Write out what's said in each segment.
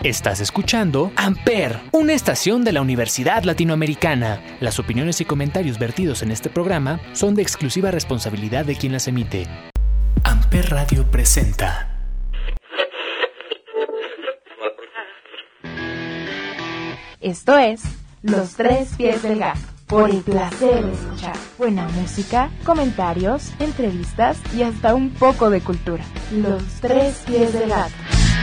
Estás escuchando Amper, una estación de la Universidad Latinoamericana. Las opiniones y comentarios vertidos en este programa son de exclusiva responsabilidad de quien las emite. Amper Radio presenta. Esto es Los Tres Pies del Gato, por el placer de escuchar buena música, comentarios, entrevistas y hasta un poco de cultura. Los Tres Pies del Gato.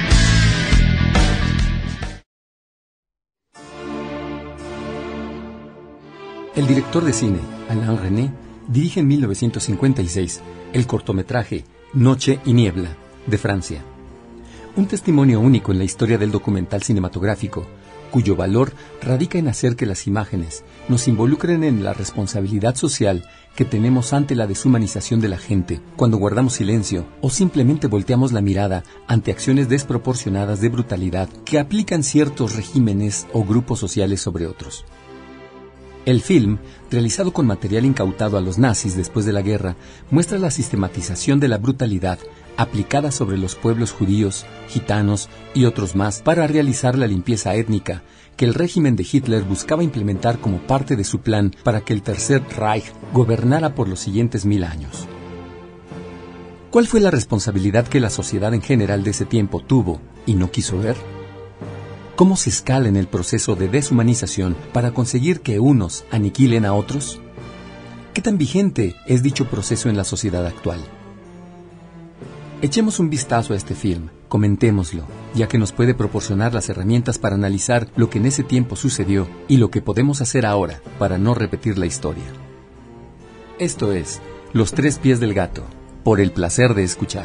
El director de cine, Alain Resnais, dirige en 1956 el cortometraje Noche y Niebla, de Francia. Un testimonio único en la historia del documental cinematográfico, cuyo valor radica en hacer que las imágenes nos involucren en la responsabilidad social que tenemos ante la deshumanización de la gente cuando guardamos silencio o simplemente volteamos la mirada ante acciones desproporcionadas de brutalidad que aplican ciertos regímenes o grupos sociales sobre otros. El film, realizado con material incautado a los nazis después de la guerra, muestra la sistematización de la brutalidad aplicada sobre los pueblos judíos, gitanos y otros más para realizar la limpieza étnica que el régimen de Hitler buscaba implementar como parte de su plan para que el Tercer Reich gobernara por los siguientes 1000 años. ¿Cuál fue la responsabilidad que la sociedad en general de ese tiempo tuvo y no quiso ver? ¿Cómo se escala en el proceso de deshumanización para conseguir que unos aniquilen a otros? ¿Qué tan vigente es dicho proceso en la sociedad actual? Echemos un vistazo a este film, comentémoslo, ya que nos puede proporcionar las herramientas para analizar lo que en ese tiempo sucedió y lo que podemos hacer ahora para no repetir la historia. Esto es Los Tres Pies del Gato, por el placer de escuchar.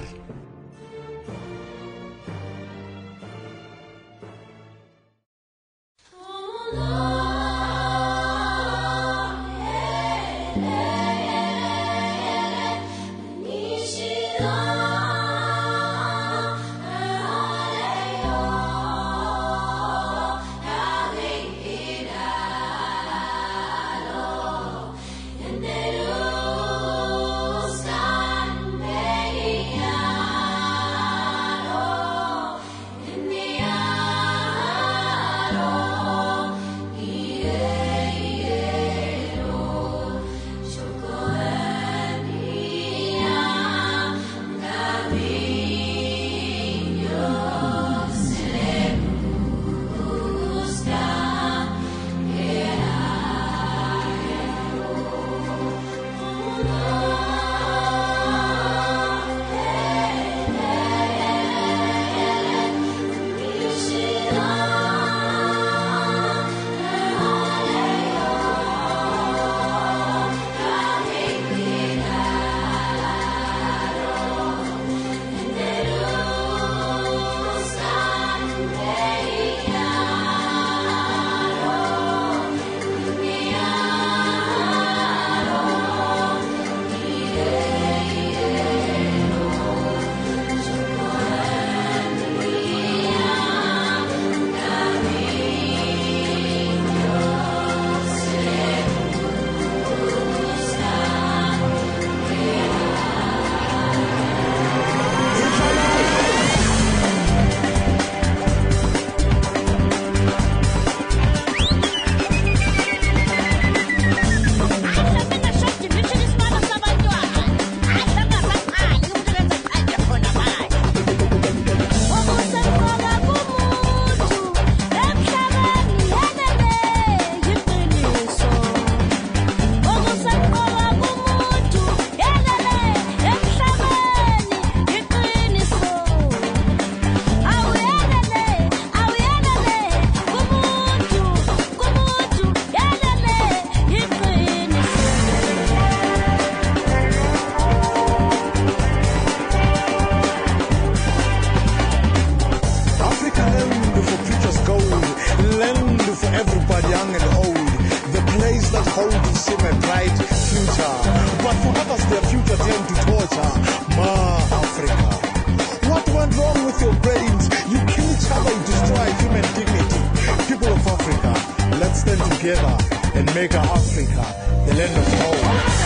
together and make our Africa the land of hope.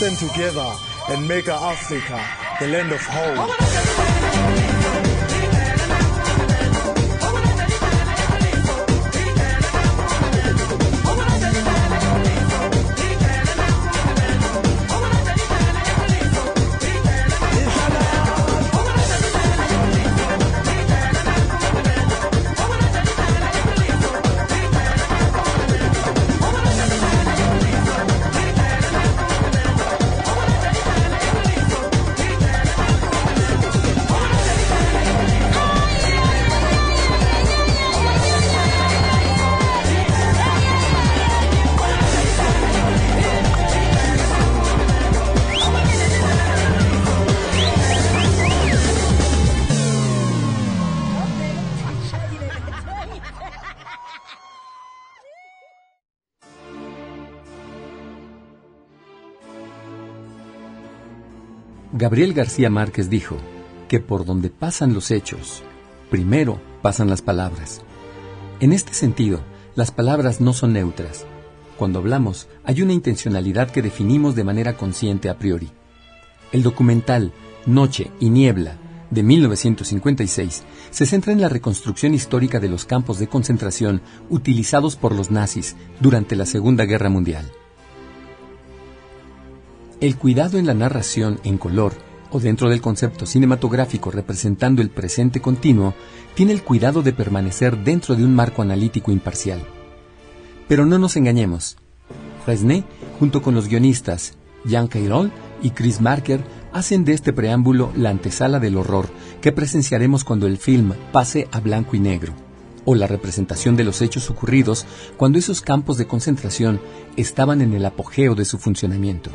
stand together and make Africa the land of hope. Gabriel García Márquez dijo que por donde pasan los hechos, primero pasan las palabras. En este sentido, las palabras no son neutras. Cuando hablamos, hay una intencionalidad que definimos de manera consciente a priori. El documental Noche y Niebla, de 1956, se centra en la reconstrucción histórica de los campos de concentración utilizados por los nazis durante la Segunda Guerra Mundial. El cuidado en la narración en color, o dentro del concepto cinematográfico representando el presente continuo, tiene el cuidado de permanecer dentro de un marco analítico imparcial. Pero no nos engañemos. Resnais, junto con los guionistas Jean Cayrol y Chris Marker, hacen de este preámbulo la antesala del horror que presenciaremos cuando el film pase a blanco y negro, o la representación de los hechos ocurridos cuando esos campos de concentración estaban en el apogeo de su funcionamiento.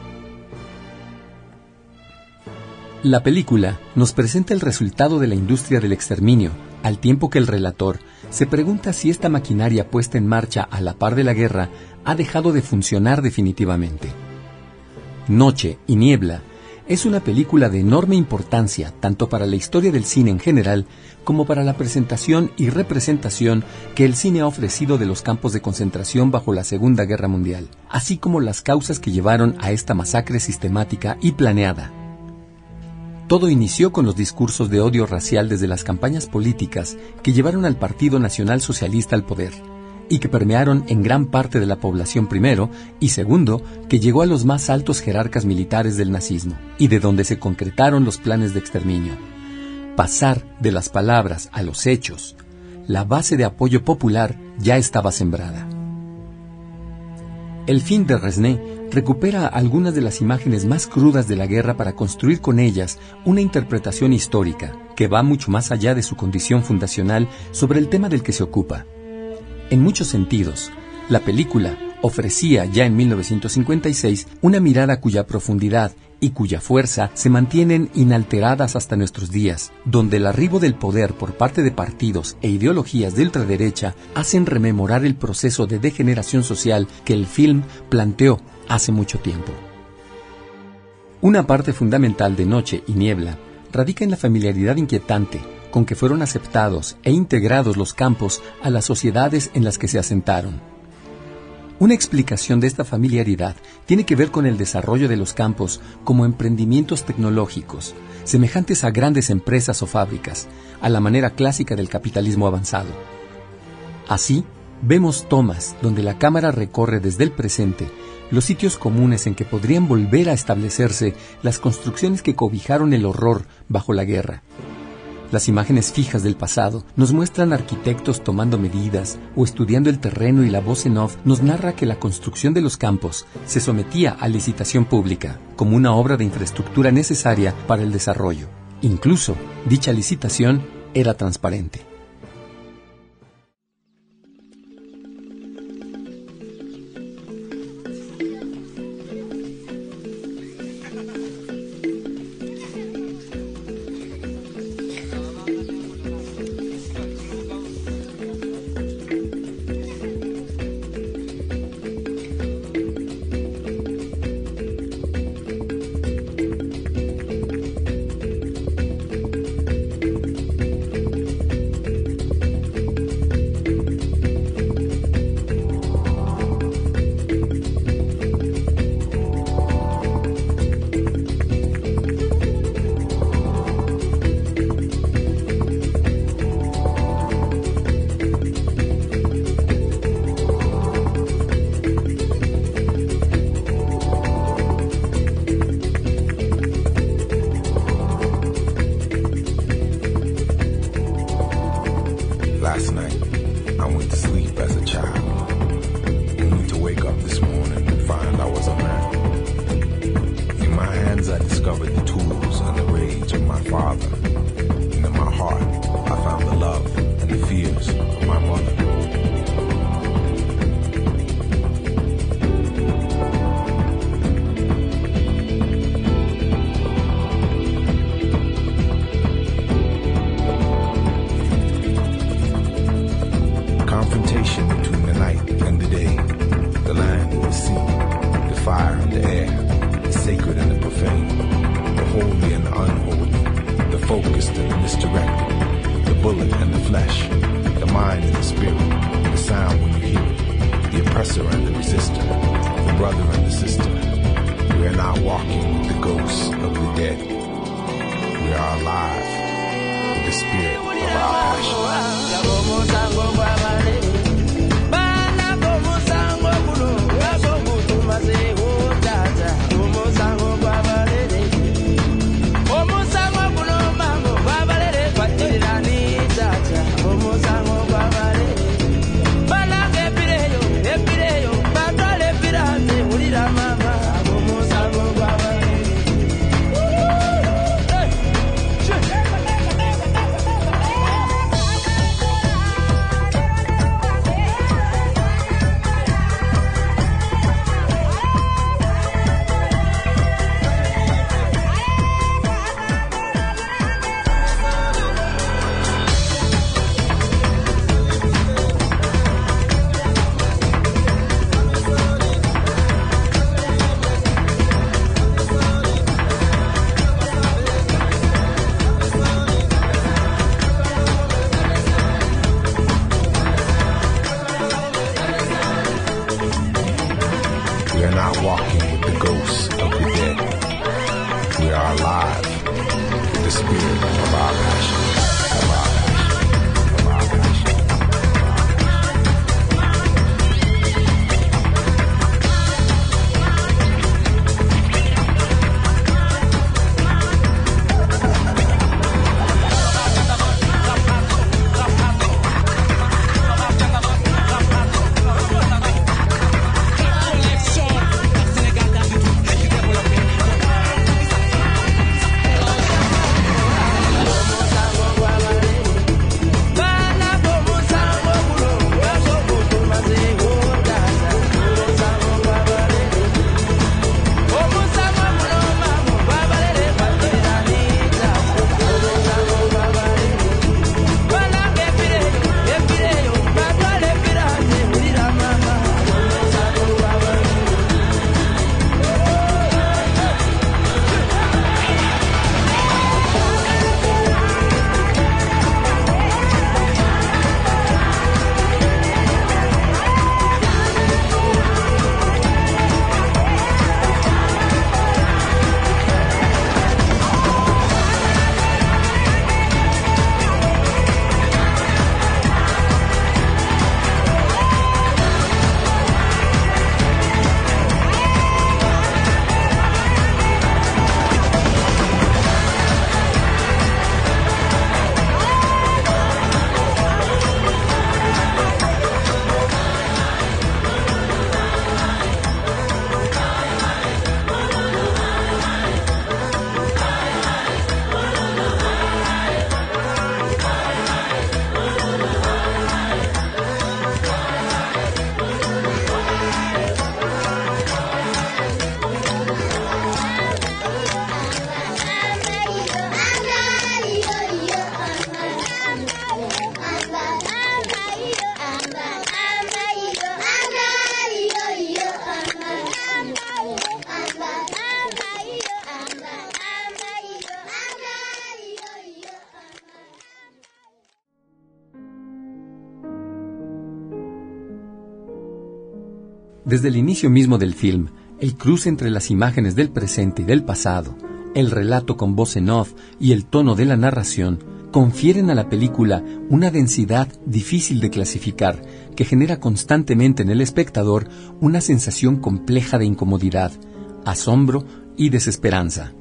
La película nos presenta el resultado de la industria del exterminio, al tiempo que el relator se pregunta si esta maquinaria puesta en marcha a la par de la guerra ha dejado de funcionar definitivamente. Noche y Niebla es una película de enorme importancia tanto para la historia del cine en general como para la presentación y representación que el cine ha ofrecido de los campos de concentración bajo la Segunda Guerra Mundial, así como las causas que llevaron a esta masacre sistemática y planeada. Todo inició con los discursos de odio racial desde las campañas políticas que llevaron al Partido Nacional Socialista al poder y que permearon en gran parte de la población primero y segundo, que llegó a los más altos jerarcas militares del nazismo y de donde se concretaron los planes de exterminio. Pasar de las palabras a los hechos, la base de apoyo popular ya estaba sembrada. El film de Resnais recupera algunas de las imágenes más crudas de la guerra para construir con ellas una interpretación histórica que va mucho más allá de su condición fundacional sobre el tema del que se ocupa. En muchos sentidos, la película ofrecía ya en 1956 una mirada cuya profundidad y cuya fuerza se mantienen inalteradas hasta nuestros días, donde el arribo del poder por parte de partidos e ideologías de ultraderecha hacen rememorar el proceso de degeneración social que el film planteó hace mucho tiempo. Una parte fundamental de Noche y Niebla radica en la familiaridad inquietante con que fueron aceptados e integrados los campos a las sociedades en las que se asentaron. Una explicación de esta familiaridad tiene que ver con el desarrollo de los campos como emprendimientos tecnológicos, semejantes a grandes empresas o fábricas, a la manera clásica del capitalismo avanzado. Así, vemos tomas donde la cámara recorre desde el presente los sitios comunes en que podrían volver a establecerse las construcciones que cobijaron el horror bajo la guerra. Las imágenes fijas del pasado nos muestran arquitectos tomando medidas o estudiando el terreno y la voz en off nos narra que la construcción de los campos se sometía a licitación pública como una obra de infraestructura necesaria para el desarrollo. Incluso, dicha licitación era transparente. brother and the sister. We are not walking with the ghosts of the dead. We are alive with the spirit of our passion. Desde el inicio mismo del film, el cruce entre las imágenes del presente y del pasado, el relato con voz en off y el tono de la narración confieren a la película una densidad difícil de clasificar que genera constantemente en el espectador una sensación compleja de incomodidad, asombro y desesperanza.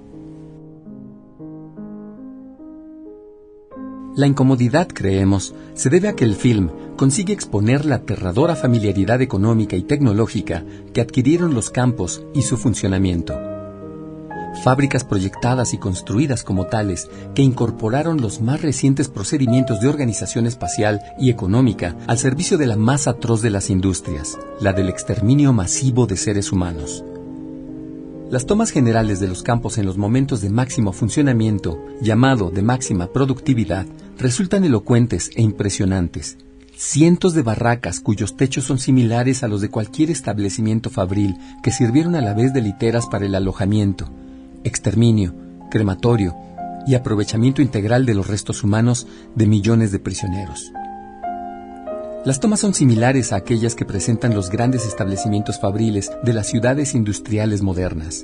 La incomodidad, creemos, se debe a que el film consigue exponer la aterradora familiaridad económica y tecnológica que adquirieron los campos y su funcionamiento. Fábricas proyectadas y construidas como tales que incorporaron los más recientes procedimientos de organización espacial y económica al servicio de la más atroz de las industrias, la del exterminio masivo de seres humanos. Las tomas generales de los campos en los momentos de máximo funcionamiento, llamado de máxima productividad, resultan elocuentes e impresionantes. Cientos de barracas cuyos techos son similares a los de cualquier establecimiento fabril que sirvieron a la vez de literas para el alojamiento, exterminio, crematorio y aprovechamiento integral de los restos humanos de millones de prisioneros. Las tomas son similares a aquellas que presentan los grandes establecimientos fabriles de las ciudades industriales modernas.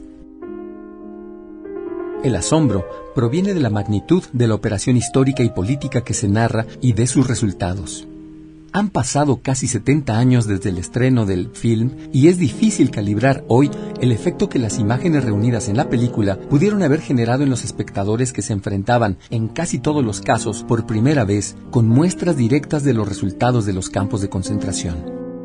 El asombro proviene de la magnitud de la operación histórica y política que se narra y de sus resultados. Han pasado casi 70 años desde el estreno del film y es difícil calibrar hoy el efecto que las imágenes reunidas en la película pudieron haber generado en los espectadores que se enfrentaban, en casi todos los casos, por primera vez, con muestras directas de los resultados de los campos de concentración.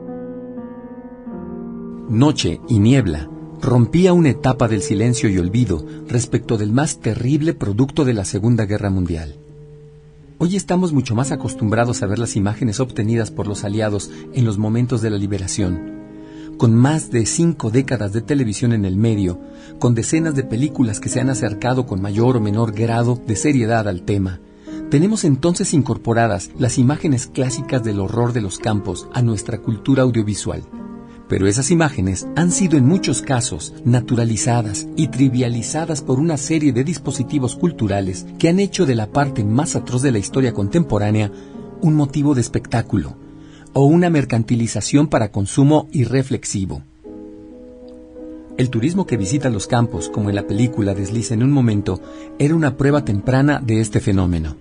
Noche y niebla rompía una etapa del silencio y olvido respecto del más terrible producto de la Segunda Guerra Mundial. Hoy estamos mucho más acostumbrados a ver las imágenes obtenidas por los aliados en los momentos de la liberación. Con más de 5 décadas de televisión en el medio, con decenas de películas que se han acercado con mayor o menor grado de seriedad al tema, tenemos entonces incorporadas las imágenes clásicas del horror de los campos a nuestra cultura audiovisual. Pero esas imágenes han sido en muchos casos naturalizadas y trivializadas por una serie de dispositivos culturales que han hecho de la parte más atroz de la historia contemporánea un motivo de espectáculo o una mercantilización para consumo irreflexivo. El turismo que visita los campos, como en la película desliza en un momento, era una prueba temprana de este fenómeno.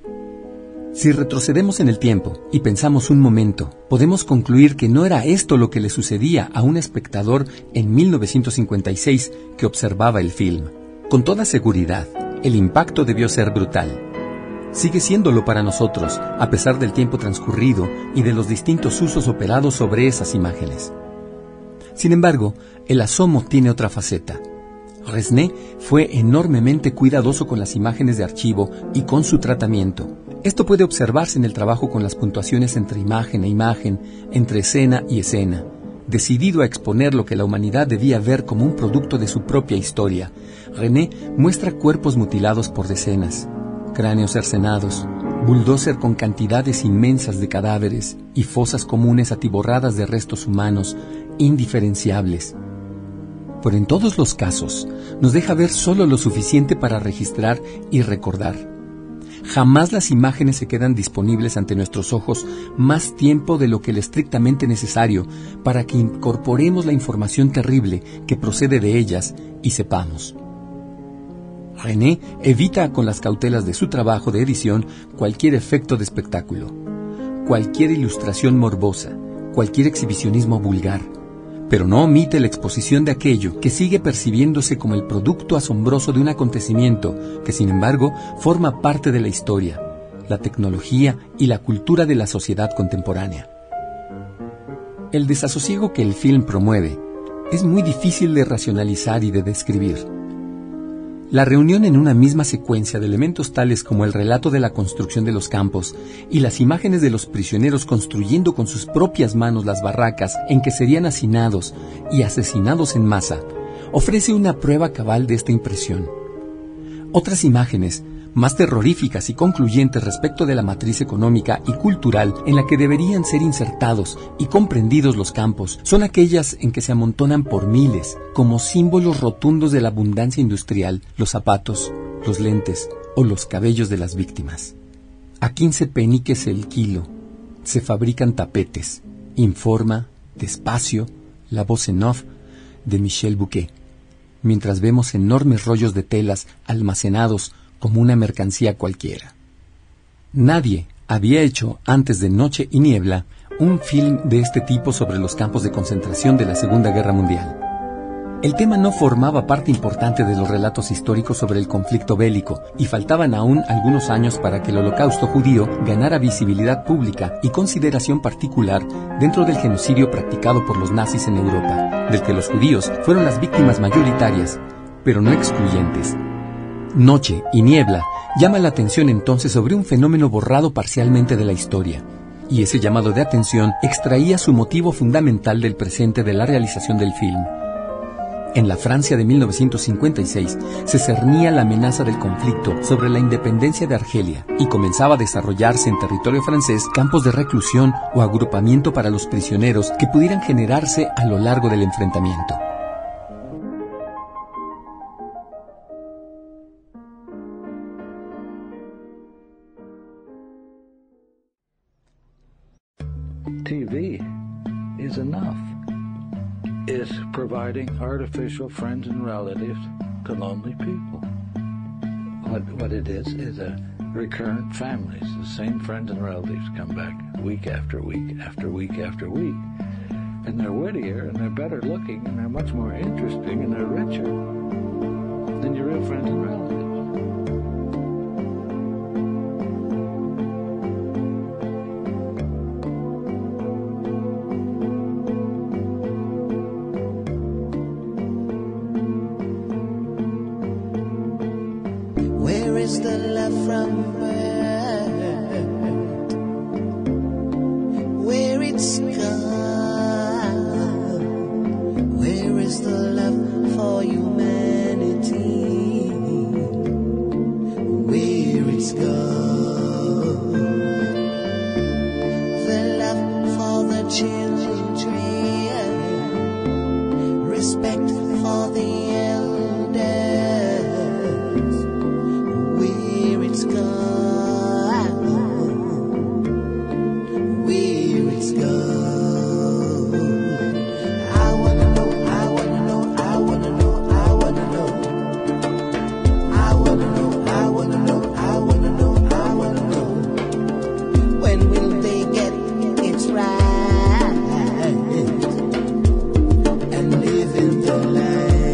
Si retrocedemos en el tiempo y pensamos un momento, podemos concluir que no era esto lo que le sucedía a un espectador en 1956 que observaba el film. Con toda seguridad, el impacto debió ser brutal. Sigue siéndolo para nosotros, a pesar del tiempo transcurrido y de los distintos usos operados sobre esas imágenes. Sin embargo, el asomo tiene otra faceta. Resnais fue enormemente cuidadoso con las imágenes de archivo y con su tratamiento. Esto puede observarse en el trabajo con las puntuaciones entre imagen e imagen, entre escena y escena. Decidido a exponer lo que la humanidad debía ver como un producto de su propia historia, René muestra cuerpos mutilados por decenas, cráneos cercenados, bulldozer con cantidades inmensas de cadáveres y fosas comunes atiborradas de restos humanos indiferenciables. Pero en todos los casos, nos deja ver solo lo suficiente para registrar y recordar. Jamás las imágenes se quedan disponibles ante nuestros ojos más tiempo de lo que lo estrictamente necesario para que incorporemos la información terrible que procede de ellas y sepamos. René evita con las cautelas de su trabajo de edición cualquier efecto de espectáculo, cualquier ilustración morbosa, cualquier exhibicionismo vulgar, pero no omite la exposición de aquello que sigue percibiéndose como el producto asombroso de un acontecimiento que, sin embargo, forma parte de la historia, la tecnología y la cultura de la sociedad contemporánea. El desasosiego que el film promueve es muy difícil de racionalizar y de describir. La reunión en una misma secuencia de elementos tales como el relato de la construcción de los campos y las imágenes de los prisioneros construyendo con sus propias manos las barracas en que serían hacinados y asesinados en masa, ofrece una prueba cabal de esta impresión. Otras imágenes, más terroríficas y concluyentes respecto de la matriz económica y cultural en la que deberían ser insertados y comprendidos los campos, son aquellas en que se amontonan por miles, como símbolos rotundos de la abundancia industrial, los zapatos, los lentes o los cabellos de las víctimas. A 15 peniques el kilo se fabrican tapetes, informa, despacio, la voz en off de Michel Bouquet, mientras vemos enormes rollos de telas almacenados como una mercancía cualquiera. Nadie había hecho antes de Noche y Niebla un film de este tipo sobre los campos de concentración de la Segunda Guerra Mundial. El tema no formaba parte importante de los relatos históricos sobre el conflicto bélico y faltaban aún algunos años para que el Holocausto judío ganara visibilidad pública y consideración particular dentro del genocidio practicado por los nazis en Europa, del que los judíos fueron las víctimas mayoritarias, pero no excluyentes. Noche y Niebla llama la atención entonces sobre un fenómeno borrado parcialmente de la historia, y ese llamado de atención extraía su motivo fundamental del presente de la realización del film. En la Francia de 1956 se cernía la amenaza del conflicto sobre la independencia de Argelia y comenzaba a desarrollarse en territorio francés campos de reclusión o agrupamiento para los prisioneros que pudieran generarse a lo largo del enfrentamiento. enough, is providing artificial friends and relatives to lonely people. What it is a recurrent families. The same friends and relatives come back week after week after week after week. And they're wittier, and they're better looking, and they're much more interesting, and they're richer than your real friends and relatives. Where is the love from birth? Where it's gone? Where is the love for humanity? Where it's gone? The love for the children, respect for the elders. Where it's gone, where it's gone. I wanna know, I wanna know, I wanna know, I wanna know. I wanna know, I wanna know, I wanna know, I wanna know. When will they get it right and live in the light?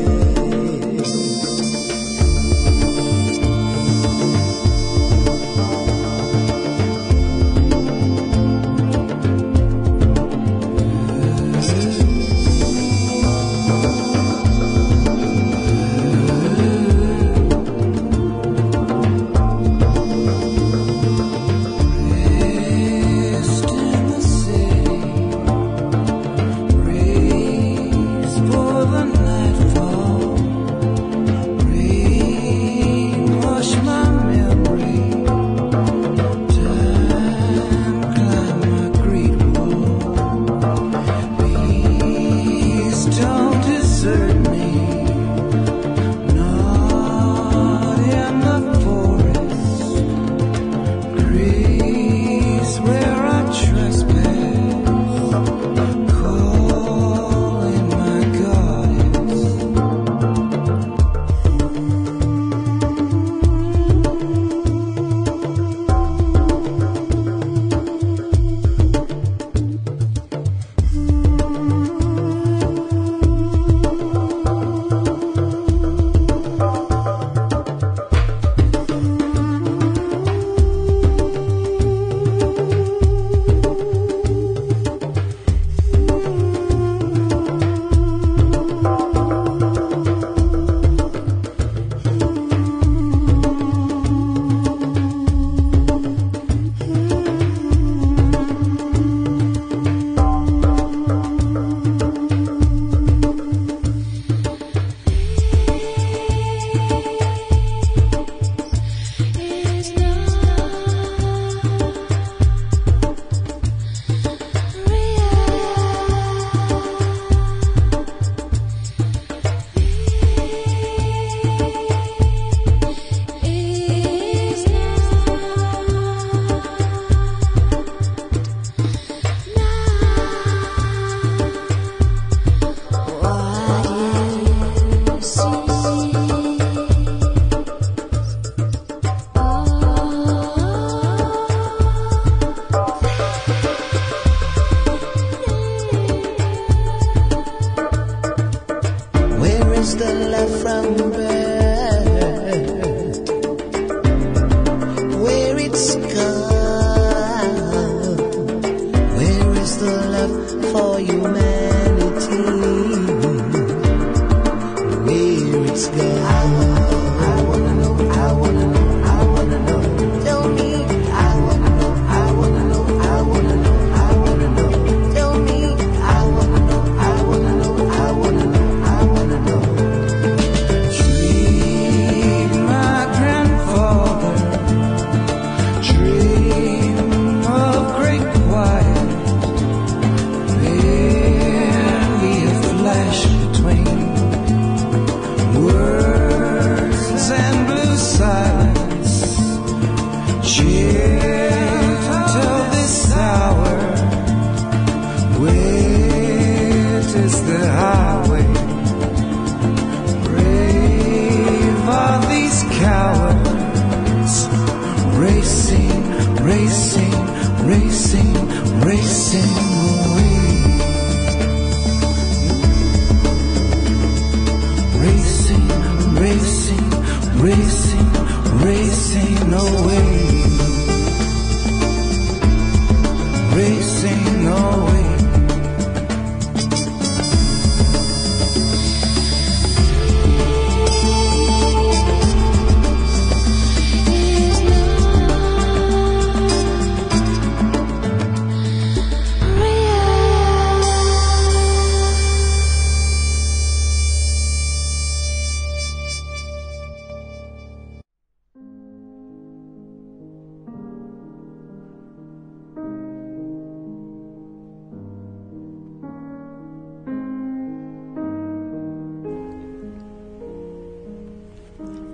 The love from birth, where it's gone. Where is the love for humanity? Where it's gone. I wanna know, I wanna know, I wanna know. Tell me, I wanna know, I wanna know, I wanna know, I wanna know. Tell me, I wanna know, I wanna know, I wanna know, I wanna know. Between words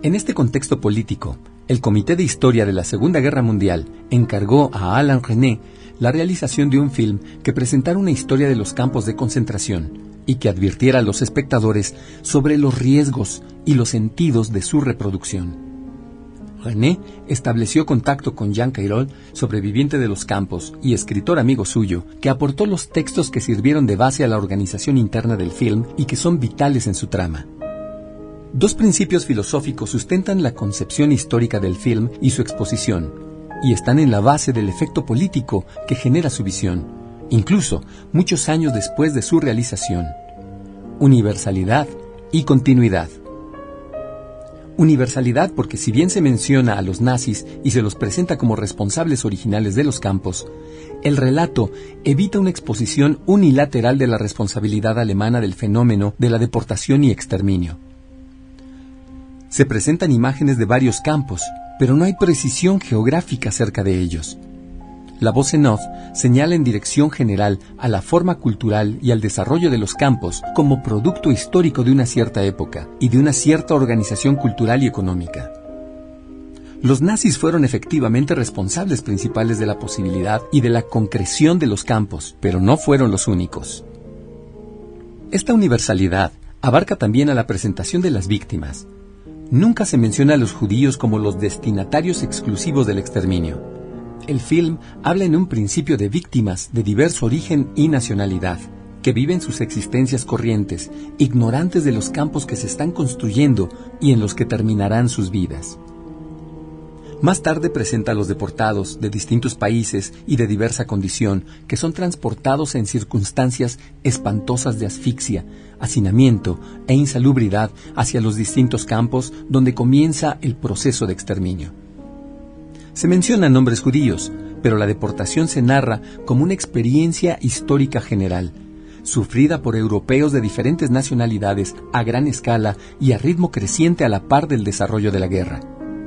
En este contexto político, el Comité de Historia de la Segunda Guerra Mundial encargó a Alain Resnais la realización de un film que presentara una historia de los campos de concentración y que advirtiera a los espectadores sobre los riesgos y los sentidos de su reproducción. Resnais estableció contacto con Jean Cayrol, sobreviviente de los campos y escritor amigo suyo, que aportó los textos que sirvieron de base a la organización interna del film y que son vitales en su trama. Dos principios filosóficos sustentan la concepción histórica del film y su exposición, y están en la base del efecto político que genera su visión, incluso muchos años después de su realización: universalidad y continuidad. Universalidad porque, si bien se menciona a los nazis y se los presenta como responsables originales de los campos, el relato evita una exposición unilateral de la responsabilidad alemana del fenómeno de la deportación y exterminio. Se presentan imágenes de varios campos, pero no hay precisión geográfica acerca de ellos. La voz en off señala en dirección general a la forma cultural y al desarrollo de los campos como producto histórico de una cierta época y de una cierta organización cultural y económica. Los nazis fueron efectivamente responsables principales de la posibilidad y de la concreción de los campos, pero no fueron los únicos. Esta universalidad abarca también a la presentación de las víctimas. Nunca se menciona a los judíos como los destinatarios exclusivos del exterminio. El film habla en un principio de víctimas de diverso origen y nacionalidad, que viven sus existencias corrientes, ignorantes de los campos que se están construyendo y en los que terminarán sus vidas. Más tarde presenta a los deportados de distintos países y de diversa condición, que son transportados en circunstancias espantosas de asfixia, hacinamiento e insalubridad hacia los distintos campos donde comienza el proceso de exterminio. Se mencionan nombres judíos, pero la deportación se narra como una experiencia histórica general, sufrida por europeos de diferentes nacionalidades a gran escala y a ritmo creciente a la par del desarrollo de la guerra.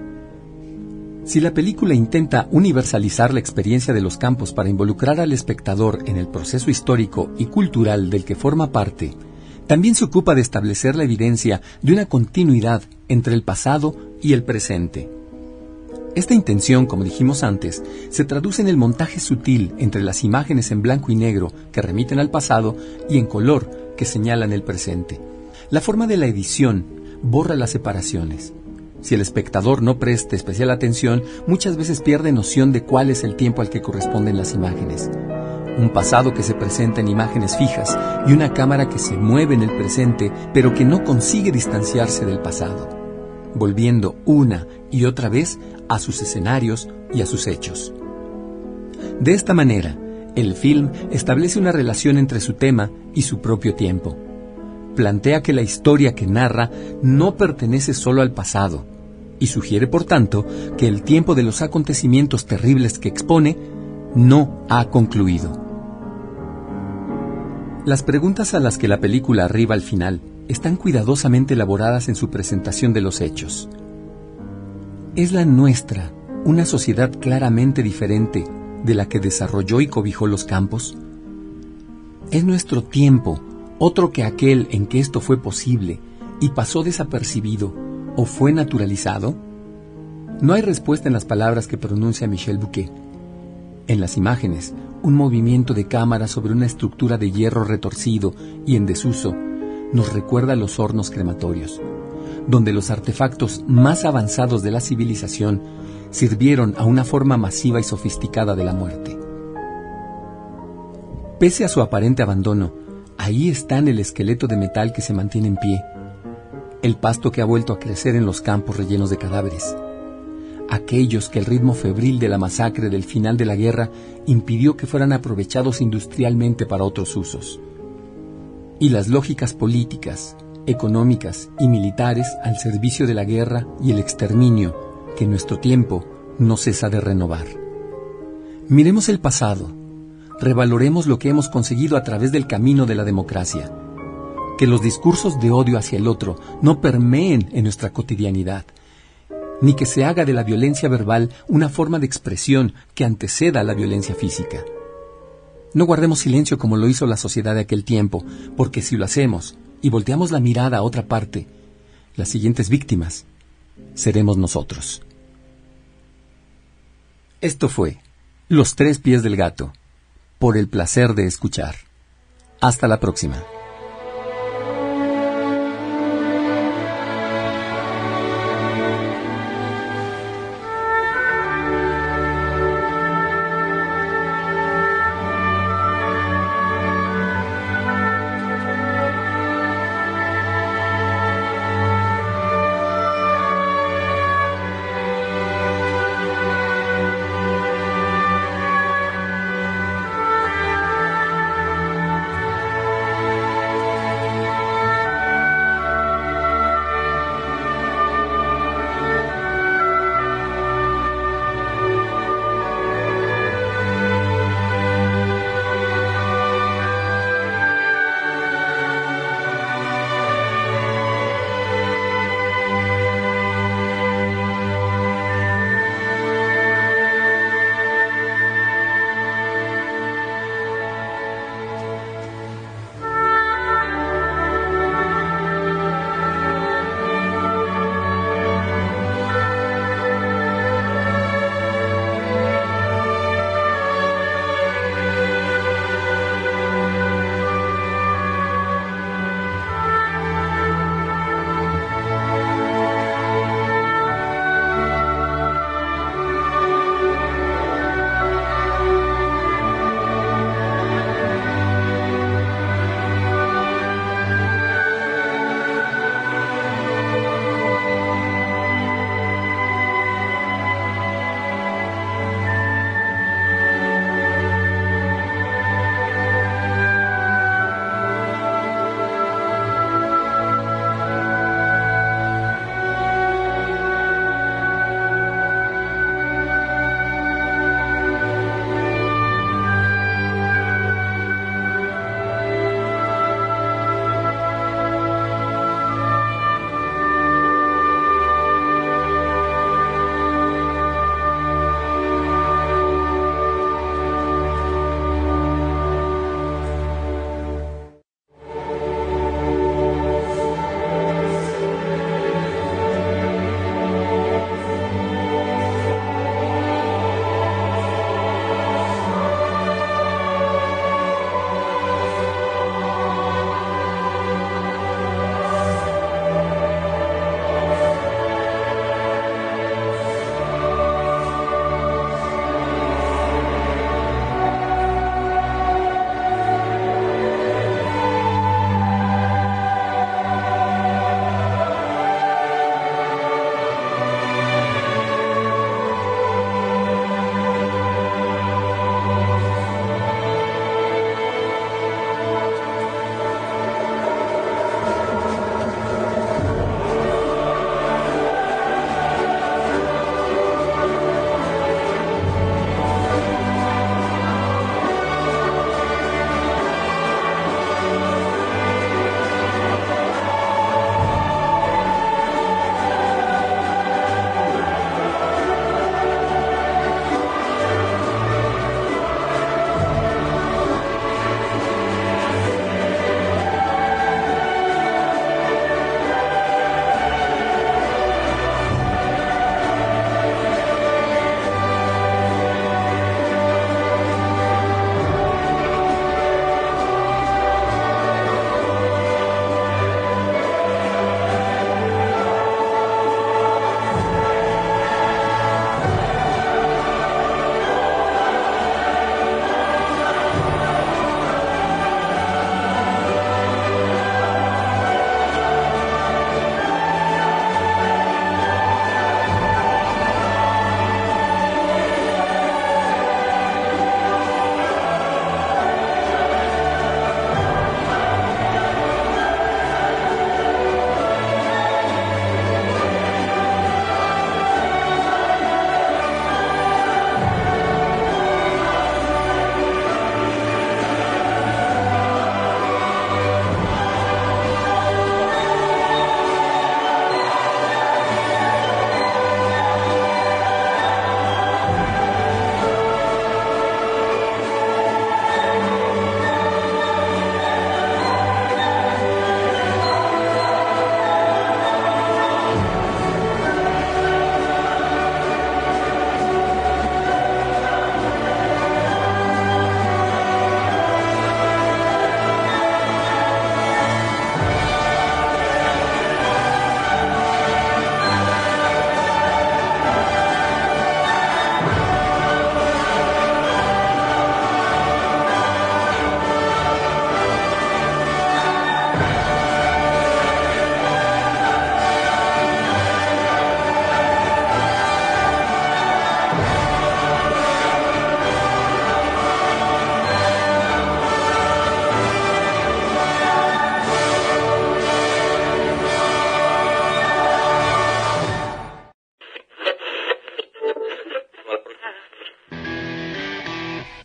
Si la película intenta universalizar la experiencia de los campos para involucrar al espectador en el proceso histórico y cultural del que forma parte, también se ocupa de establecer la evidencia de una continuidad entre el pasado y el presente. Esta intención, como dijimos antes, se traduce en el montaje sutil entre las imágenes en blanco y negro que remiten al pasado y en color que señalan el presente. La forma de la edición borra las separaciones. Si el espectador no presta especial atención, muchas veces pierde noción de cuál es el tiempo al que corresponden las imágenes. Un pasado que se presenta en imágenes fijas y una cámara que se mueve en el presente, pero que no consigue distanciarse del pasado, volviendo una y otra vez a sus escenarios y a sus hechos. De esta manera, el film establece una relación entre su tema y su propio tiempo. Plantea que la historia que narra no pertenece solo al pasado, y sugiere, por tanto, que el tiempo de los acontecimientos terribles que expone no ha concluido. Las preguntas a las que la película arriba al final están cuidadosamente elaboradas en su presentación de los hechos. ¿Es la nuestra una sociedad claramente diferente de la que desarrolló y cobijó los campos? ¿Es nuestro tiempo otro que aquel en que esto fue posible y pasó desapercibido o fue naturalizado? No hay respuesta en las palabras que pronuncia Michel Bouquet. En las imágenes, un movimiento de cámara sobre una estructura de hierro retorcido y en desuso nos recuerda los hornos crematorios, donde los artefactos más avanzados de la civilización sirvieron a una forma masiva y sofisticada de la muerte. Pese a su aparente abandono, ahí están el esqueleto de metal que se mantiene en pie, el pasto que ha vuelto a crecer en los campos rellenos de cadáveres, aquellos que el ritmo febril de la masacre del final de la guerra impidió que fueran aprovechados industrialmente para otros usos, y las lógicas políticas, económicas y militares al servicio de la guerra y el exterminio que nuestro tiempo no cesa de renovar. Miremos el pasado, revaloremos lo que hemos conseguido a través del camino de la democracia. Que los discursos de odio hacia el otro no permeen en nuestra cotidianidad, ni que se haga de la violencia verbal una forma de expresión que anteceda a la violencia física. No guardemos silencio como lo hizo la sociedad de aquel tiempo, porque si lo hacemos y volteamos la mirada a otra parte, las siguientes víctimas seremos nosotros. Esto fue Los Tres Pies del Gato, por el placer de escuchar. Hasta la próxima.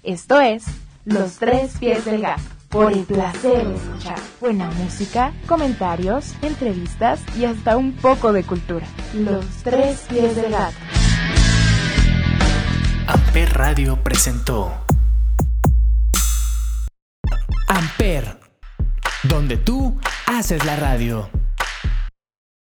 Esto es Los Tres Pies del Gato, por el placer de escuchar buena música, comentarios, entrevistas y hasta un poco de cultura. Los Tres Pies del Gato. Amper Radio presentó Amper, donde tú haces la radio.